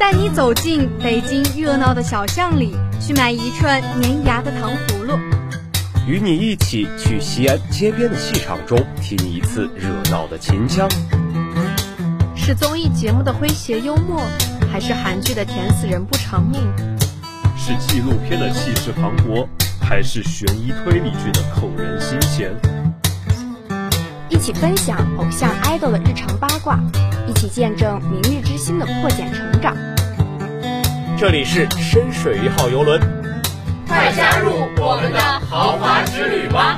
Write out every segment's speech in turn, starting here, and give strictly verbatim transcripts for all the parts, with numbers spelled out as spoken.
带你走进北京热闹的小巷里，去买一串粘牙的糖葫芦， 与你一起去西安街边的戏场中听一次热闹的秦腔。 是综艺节目的诙谐幽默，还是韩剧的甜死人不偿命？ 是纪录片的气势磅礴，还是悬疑推理剧的扣人心弦？ 一起分享偶像 idol 的日常八卦，一起见证明日之星的破茧成长。 这里是深水一号游轮， 快加入我们的豪华之旅吧！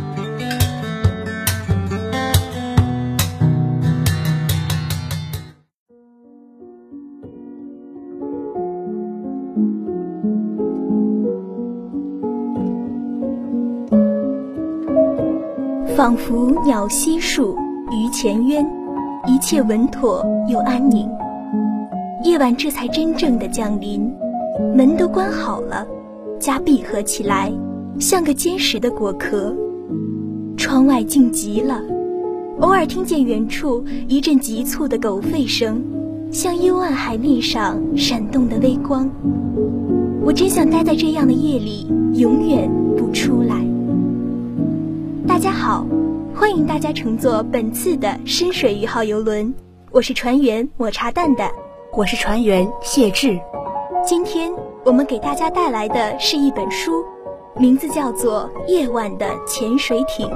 仿佛鸟栖树，鱼潜渊，一切稳妥又安宁。夜晚这才真正的降临，门都关好了，家闭合起来，像个坚实的果壳。窗外静极了，偶尔听见远处一阵急促的狗吠声，像幽暗海面上闪动的微光。我真想待在这样的夜里，永远不出来。大家好，欢迎大家乘坐本次的深水鱼号游轮，我是船员抹茶蛋的， 我是船员谢志。 今天我们给大家带来的是一本书，名字叫做《夜晚的潜水艇》。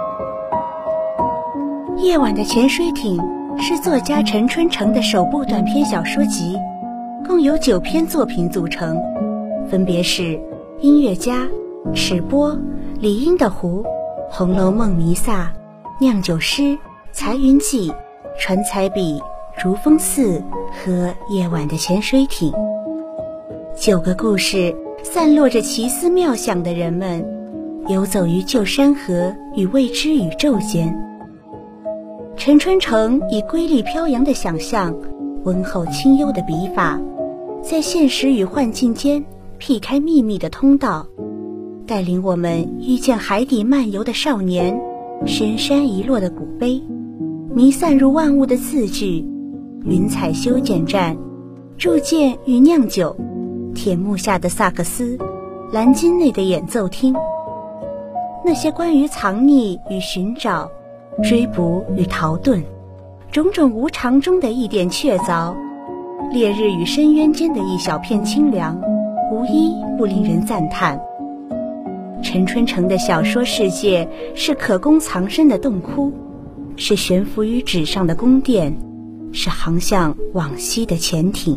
夜晚的潜水艇是作家陈春成的首部短篇小说集，共有九篇作品组成，分别是音乐家、尺波、理应的湖、红楼梦弥撒、酿酒师、财云记、传彩笔、如风寺和夜晚的潜水艇。九个故事散落着奇思妙想的人们，游走于旧山河与未知宇宙间。陈春成以瑰丽飘扬的想象，温厚清幽的笔法，在现实与幻境间辟开秘密的通道，带领我们遇见海底漫游的少年，深山遗落的古碑，弥散入万物的字句，云彩修剪站、铸剑与酿酒、铁幕下的萨克斯、蓝鲸内的演奏厅。那些关于藏匿与寻找、追捕与逃遁，种种无常中的一点确凿，烈日与深渊间的一小片清凉，无一不令人赞叹。陈春成的小说世界是可供藏身的洞窟，是悬浮于纸上的宫殿，是航向往昔的潜艇。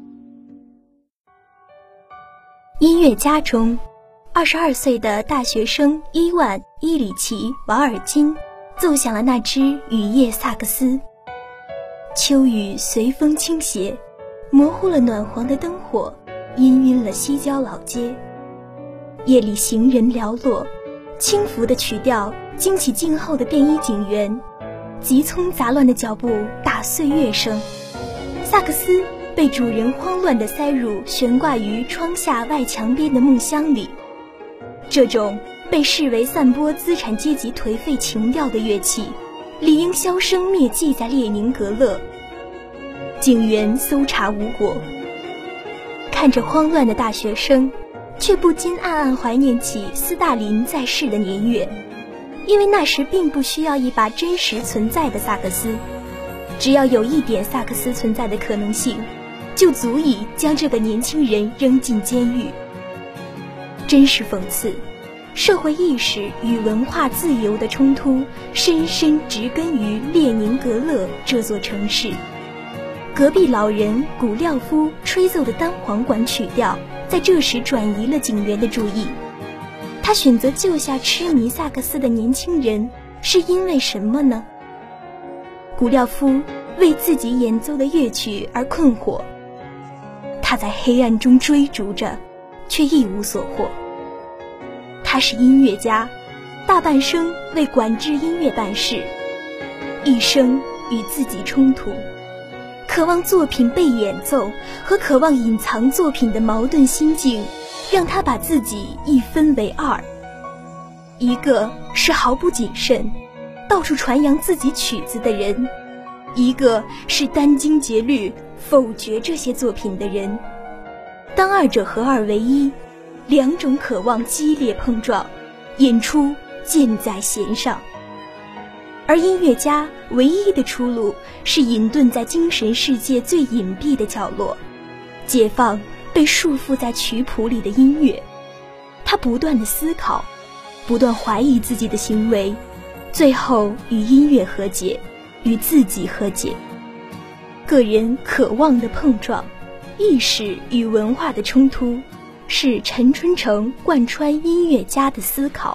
音乐家中，二十二岁的大学生伊万·伊里奇·瓦尔金奏响了那支雨夜萨克斯。秋雨随风倾斜，模糊了暖黄的灯火，氤氲了西郊老街。夜里行人寥落，轻浮的曲调惊起静候的便衣警员，急匆杂乱的脚步打碎乐声。萨克斯被主人慌乱地塞入悬挂于窗下外墙边的木箱里。这种被视为散播资产阶级颓废情调的乐器，理应销声灭迹在列宁格勒。警员搜查无果，看着慌乱的大学生，却不禁暗暗怀念起斯大林在世的年月，因为那时并不需要一把真实存在的萨克斯，只要有一点萨克斯存在的可能性，就足以将这个年轻人扔进监狱。真是讽刺，社会意识与文化自由的冲突深深植根于列宁格勒这座城市。隔壁老人古廖夫吹奏的单簧管曲调在这时转移了警员的注意。他选择救下痴迷萨克斯的年轻人，是因为什么呢？古廖夫为自己演奏的乐曲而困惑，他在黑暗中追逐着，却一无所获。他是音乐家，大半生为管制音乐办事，一生与自己冲突，渴望作品被演奏和渴望隐藏作品的矛盾心境，让他把自己一分为二。一个是毫不谨慎，到处传扬自己曲子的人，一个是殚精竭虑， 否决这些作品的人。当二者合二为一，两种渴望激烈碰撞，演出箭在弦上。而音乐家唯一的出路是隐遁在精神世界最隐蔽的角落，解放被束缚在曲谱里的音乐。他不断地思考，不断怀疑自己的行为，最后与音乐和解，与自己和解。个人渴望的碰撞，意识与文化的冲突，是陈春成贯穿音乐家的思考。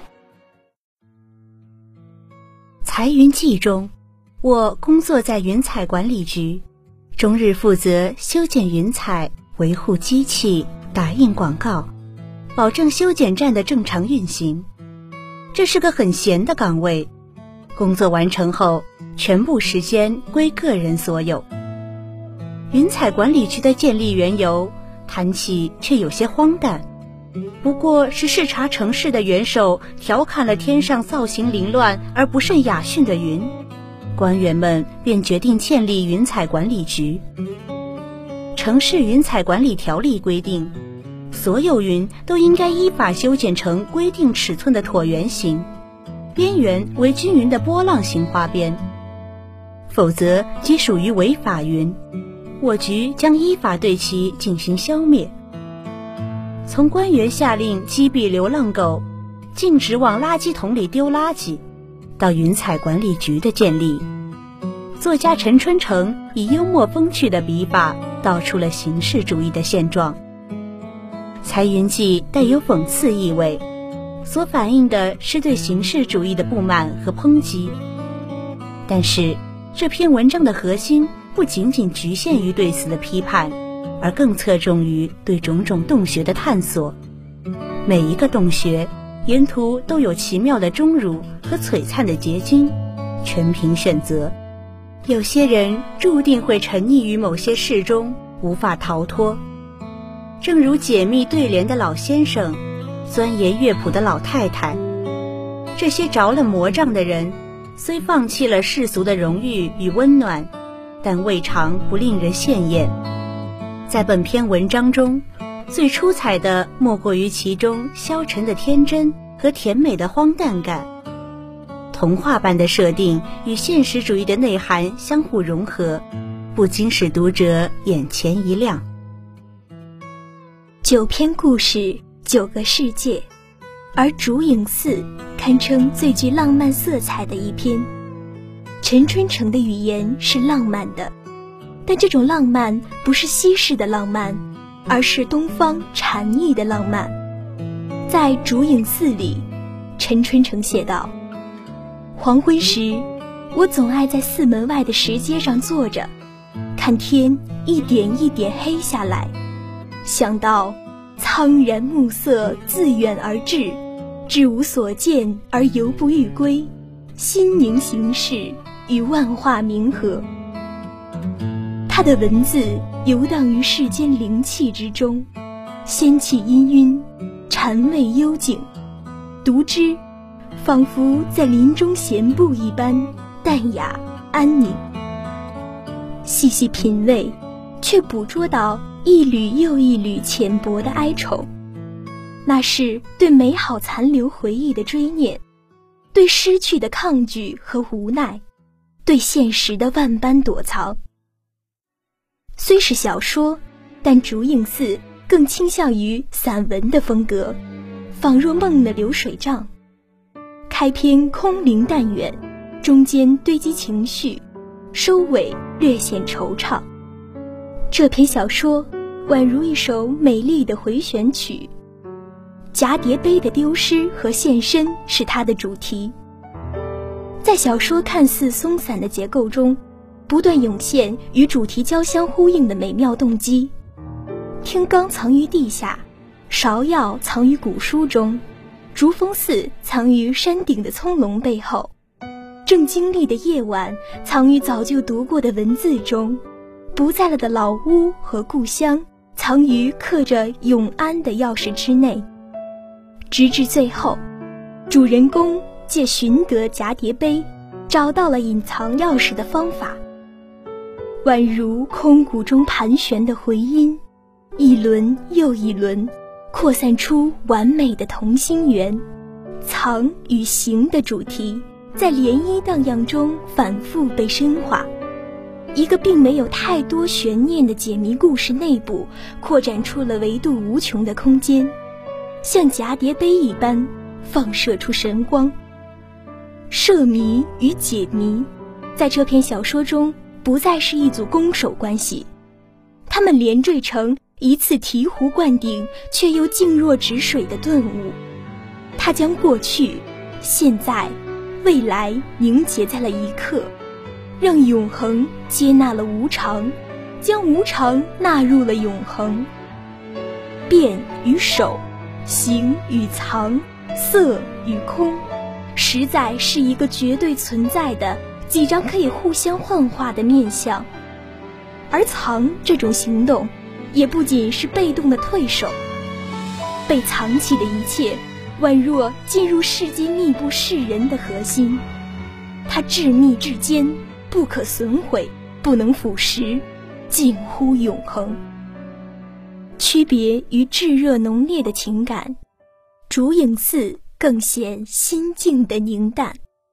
彩云记中，我工作在云彩管理局，终日负责修剪云彩、维护机器、打印广告，保证修剪站的正常运行。这是个很闲的岗位，工作完成后，全部时间归个人所有。云彩管理局的建立缘由，谈起却有些荒诞，不过是视察城市的元首调侃了天上造型凌乱而不甚雅驯的云，官员们便决定建立云彩管理局。城市云彩管理条例规定，所有云都应该依法修剪成规定尺寸的椭圆形，边缘为均匀的波浪形花边，否则即属于违法云。我局将依法对其进行消灭。从官员下令击毙流浪狗，禁止往垃圾桶里丢垃圾，到云彩管理局的建立，作家陈春成以幽默风趣的笔法道出了形式主义的现状。彩云记带有讽刺意味，所反映的是对形式主义的不满和抨击。但是这篇文章的核心不仅仅局限于对此的批判，而更侧重于对种种洞穴的探索。每一个洞穴沿途都有奇妙的钟乳和璀璨的结晶，全凭选择。有些人注定会沉溺于某些事中，无法逃脱。正如解密对联的老先生，钻研乐谱的老太太，这些着了魔障的人，虽放弃了世俗的荣誉与温暖，但未尝不令人羡艳。在本篇文章中，最出彩的莫过于其中消沉的天真和甜美的荒诞感。童话般的设定与现实主义的内涵相互融合，不禁使读者眼前一亮。 九篇故事，九个世界，而烛影寺堪称最具浪漫色彩的一篇。陈春成的语言是浪漫的，但这种浪漫不是西式的浪漫，而是东方禅意的浪漫。在烛影寺里，陈春成写道：黄昏时，我总爱在寺门外的石阶上坐着，看天一点一点黑下来，想到苍然暮色自远而至，至无所见而犹不欲归，心凝形式与万化冥合。他的文字游荡于世间灵气之中，仙气氤氲，禅味幽静，读之仿佛在林中闲步一般淡雅安宁。细细品味，却捕捉到一缕又一缕浅薄的哀愁，那是对美好残留回忆的追念，对失去的抗拒和无奈，对现实的万般躲藏。虽是小说，但烛影寺更倾向于散文的风格，仿若梦的流水账。开篇空灵淡远，中间堆积情绪，收尾略显惆怅。这篇小说宛如一首美丽的回旋曲，蛱蝶杯的丢失和现身是它的主题。在小说看似松散的结构中，不断涌现与主题交相呼应的美妙动机。听纲藏于地下，芍药藏于古书中，竹峰寺藏于山顶的葱茏背后，正经历的夜晚藏于早就读过的文字中，不在了的老屋和故乡藏于刻着永安的钥匙之内。直至最后，主人公借寻得蛱蝶杯，找到了隐藏钥匙的方法。 宛如空谷中盘旋的回音，一轮又一轮，扩散出完美的同心圆。藏与行的主题在涟漪荡漾中反复被深化，一个并没有太多悬念的解谜故事内部扩展出了维度无穷的空间，像蛱蝶杯一般放射出神光。设谜与解谜在这篇小说中不再是一组攻守关系，它们连缀成一次醍醐灌顶却又静若止水的顿悟。它将过去、现在、未来凝结在了一刻，让永恒接纳了无常，将无常纳入了永恒。变与守，形与藏，色与空，实在是一个绝对存在的几张可以互相幻化的面相。而藏这种行动也不仅是被动的退守，被藏起的一切宛若进入世间密布世人的核心，它至密至坚，不可损毁，不能腐蚀，近乎永恒。区别于炙热浓烈的情感，烛影寺更显心境的凝淡。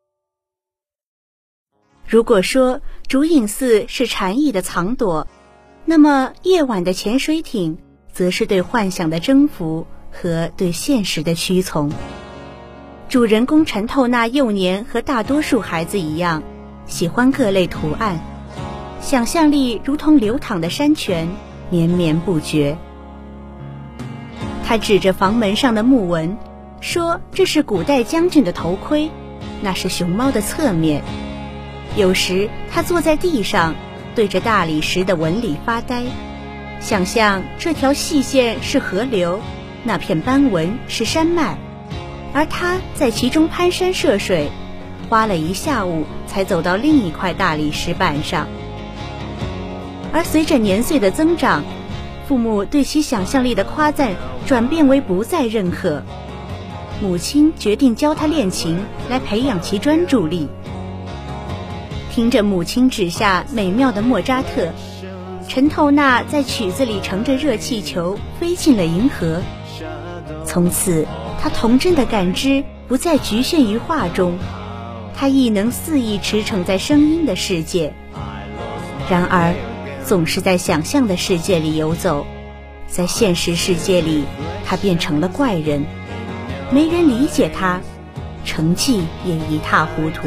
如果说烛影寺是禅意的藏躲，那么夜晚的潜水艇则是对幻想的征服和对现实的屈从。主人公陈透纳幼年和大多数孩子一样，喜欢各类图案，想象力如同流淌的山泉，绵绵不绝。他指着房门上的木纹说，这是古代将军的头盔，那是熊猫的侧面。有时他坐在地上，对着大理石的纹理发呆，想象这条细线是河流，那片斑纹是山脉，而他在其中攀山涉水，花了一下午才走到另一块大理石板上。而随着年岁的增长，父母对其想象力的夸赞转变为不再认可，母亲决定教他练琴来培养其专注力。听着母亲指下美妙的莫扎特，陈透纳在曲子里乘着热气球飞进了银河。从此他童真的感知不再局限于画中，他亦能肆意驰骋在声音的世界。然而总是在想象的世界里游走，在现实世界里他变成了怪人，没人理解他，成绩也一塌糊涂。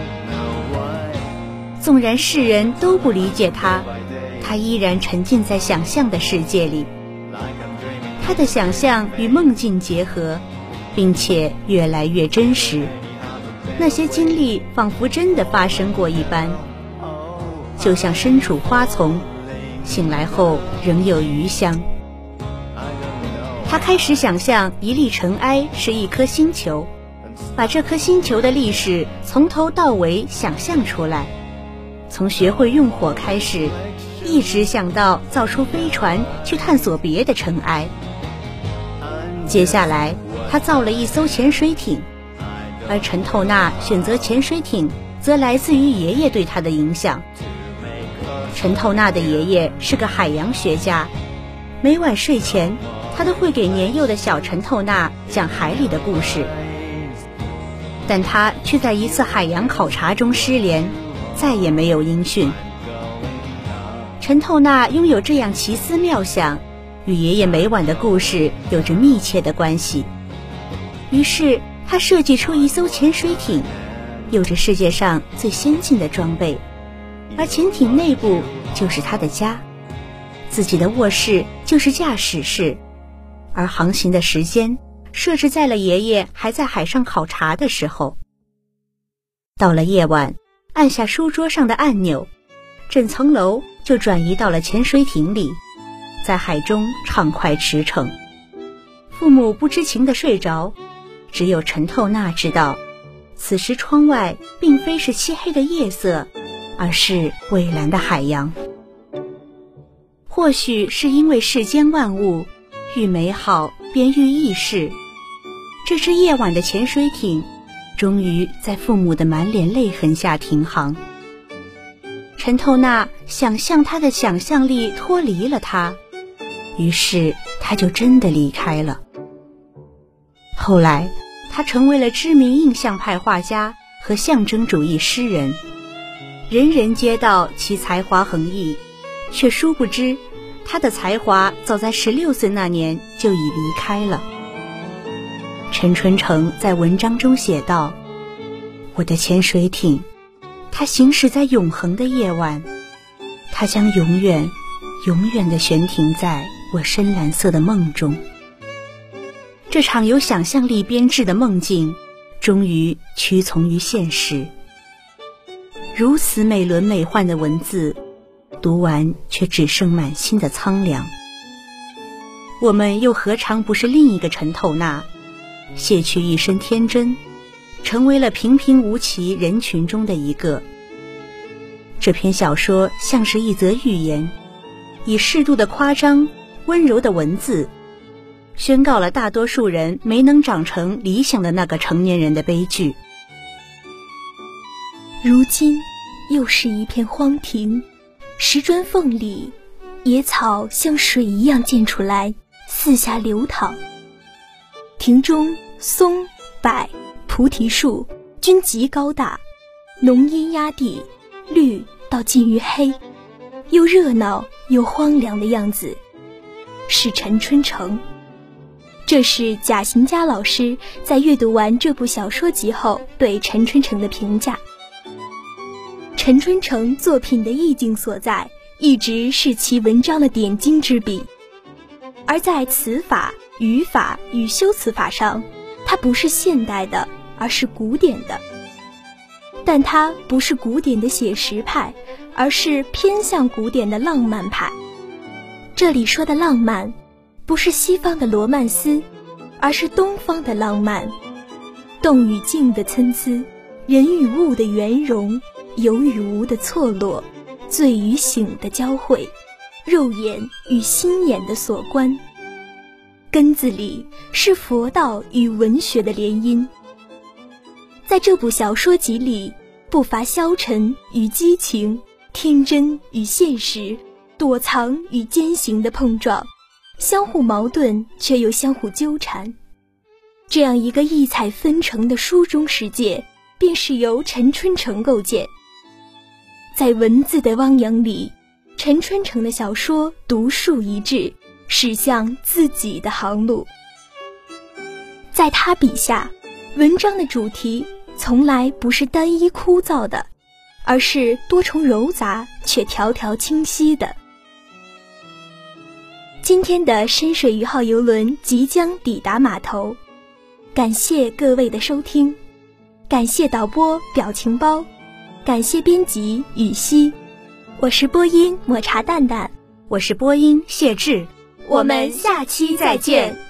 纵然世人都不理解他，他依然沉浸在想象的世界里。他的想象与梦境结合，并且越来越真实，那些经历仿佛真的发生过一般，就像身处花丛，醒来后仍有余香。他开始想象一粒尘埃是一颗星球，把这颗星球的历史从头到尾想象出来，从学会用火开始，一直想到造出飞船去探索别的尘埃。接下来他造了一艘潜水艇，而陈透纳选择潜水艇则来自于爷爷对他的影响。陈透纳的爷爷是个海洋学家，每晚睡前他都会给年幼的小陈透纳讲海里的故事，但他却在一次海洋考察中失联，再也没有音讯。陈透纳拥有这样奇思妙想，与爷爷每晚的故事有着密切的关系。于是他设计出一艘潜水艇，有着世界上最先进的装备，而潜艇内部就是他的家，自己的卧室就是驾驶室，而航行的时间设置在了爷爷还在海上考察的时候。到了夜晚，按下书桌上的按钮，整层楼就转移到了潜水艇里，在海中畅快驰骋。父母不知情地睡着，只有陈透纳知道，此时窗外并非是漆黑的夜色，而是蔚蓝的海洋。或许是因为世间万物愈美好便愈易逝，这只夜晚的潜水艇终于在父母的满脸泪痕下停航。 陈透纳想象他的想象力脱离了他，于是他就真的离开了。后来他成为了知名印象派画家和象征主义诗人，人人皆道其才华横溢，却殊不知他的才华早在十六岁那年就已离开了。陈春成在文章中写道：我的潜水艇，它行驶在永恒的夜晚，它将永远永远地悬停在我深蓝色的梦中。这场由想象力编织的梦境终于屈从于现实。如此美轮美奂的文字，读完却只剩满心的苍凉。我们又何尝不是另一个陈透纳，卸去一身天真，成为了平平无奇人群中的一个。这篇小说像是一则寓言，以适度的夸张、温柔的文字，宣告了大多数人没能长成理想的那个成年人的悲剧。 如今又是一片荒庭，石砖缝里，野草像水一样溅出来，四下流淌。庭中松、柏、菩提树均极高大，浓荫压地，绿到近于黑，又热闹又荒凉的样子，是陈春成。这是贾行家老师在阅读完这部小说集后对陈春成的评价。陈春成作品的意境所在，一直是其文章的点睛之笔，而在词法、语法与修辞法上，它不是现代的，而是古典的。但它不是古典的写实派，而是偏向古典的浪漫派。这里说的浪漫，不是西方的罗曼斯，而是东方的浪漫。动与静的参差，人与物的圆融，有与无的错落，醉与醒的交汇，肉眼与心眼的所观。根子里是佛道与文学的联姻。在这部小说集里，不乏消沉与激情，天真与现实，躲藏与艰辛的碰撞，相互矛盾却又相互纠缠。这样一个异彩纷呈的书中世界，便是由陈春成构建。在文字的汪洋里，陈春成的小说独树一帜，驶向自己的航路。在他笔下，文章的主题从来不是单一枯燥的，而是多重糅杂却条条清晰的。今天的深水鱼号邮轮即将抵达码头，感谢各位的收听，感谢导播表情包，感谢编辑雨熙，我是播音抹茶蛋蛋， 我是播音谢志， 我们下期再见。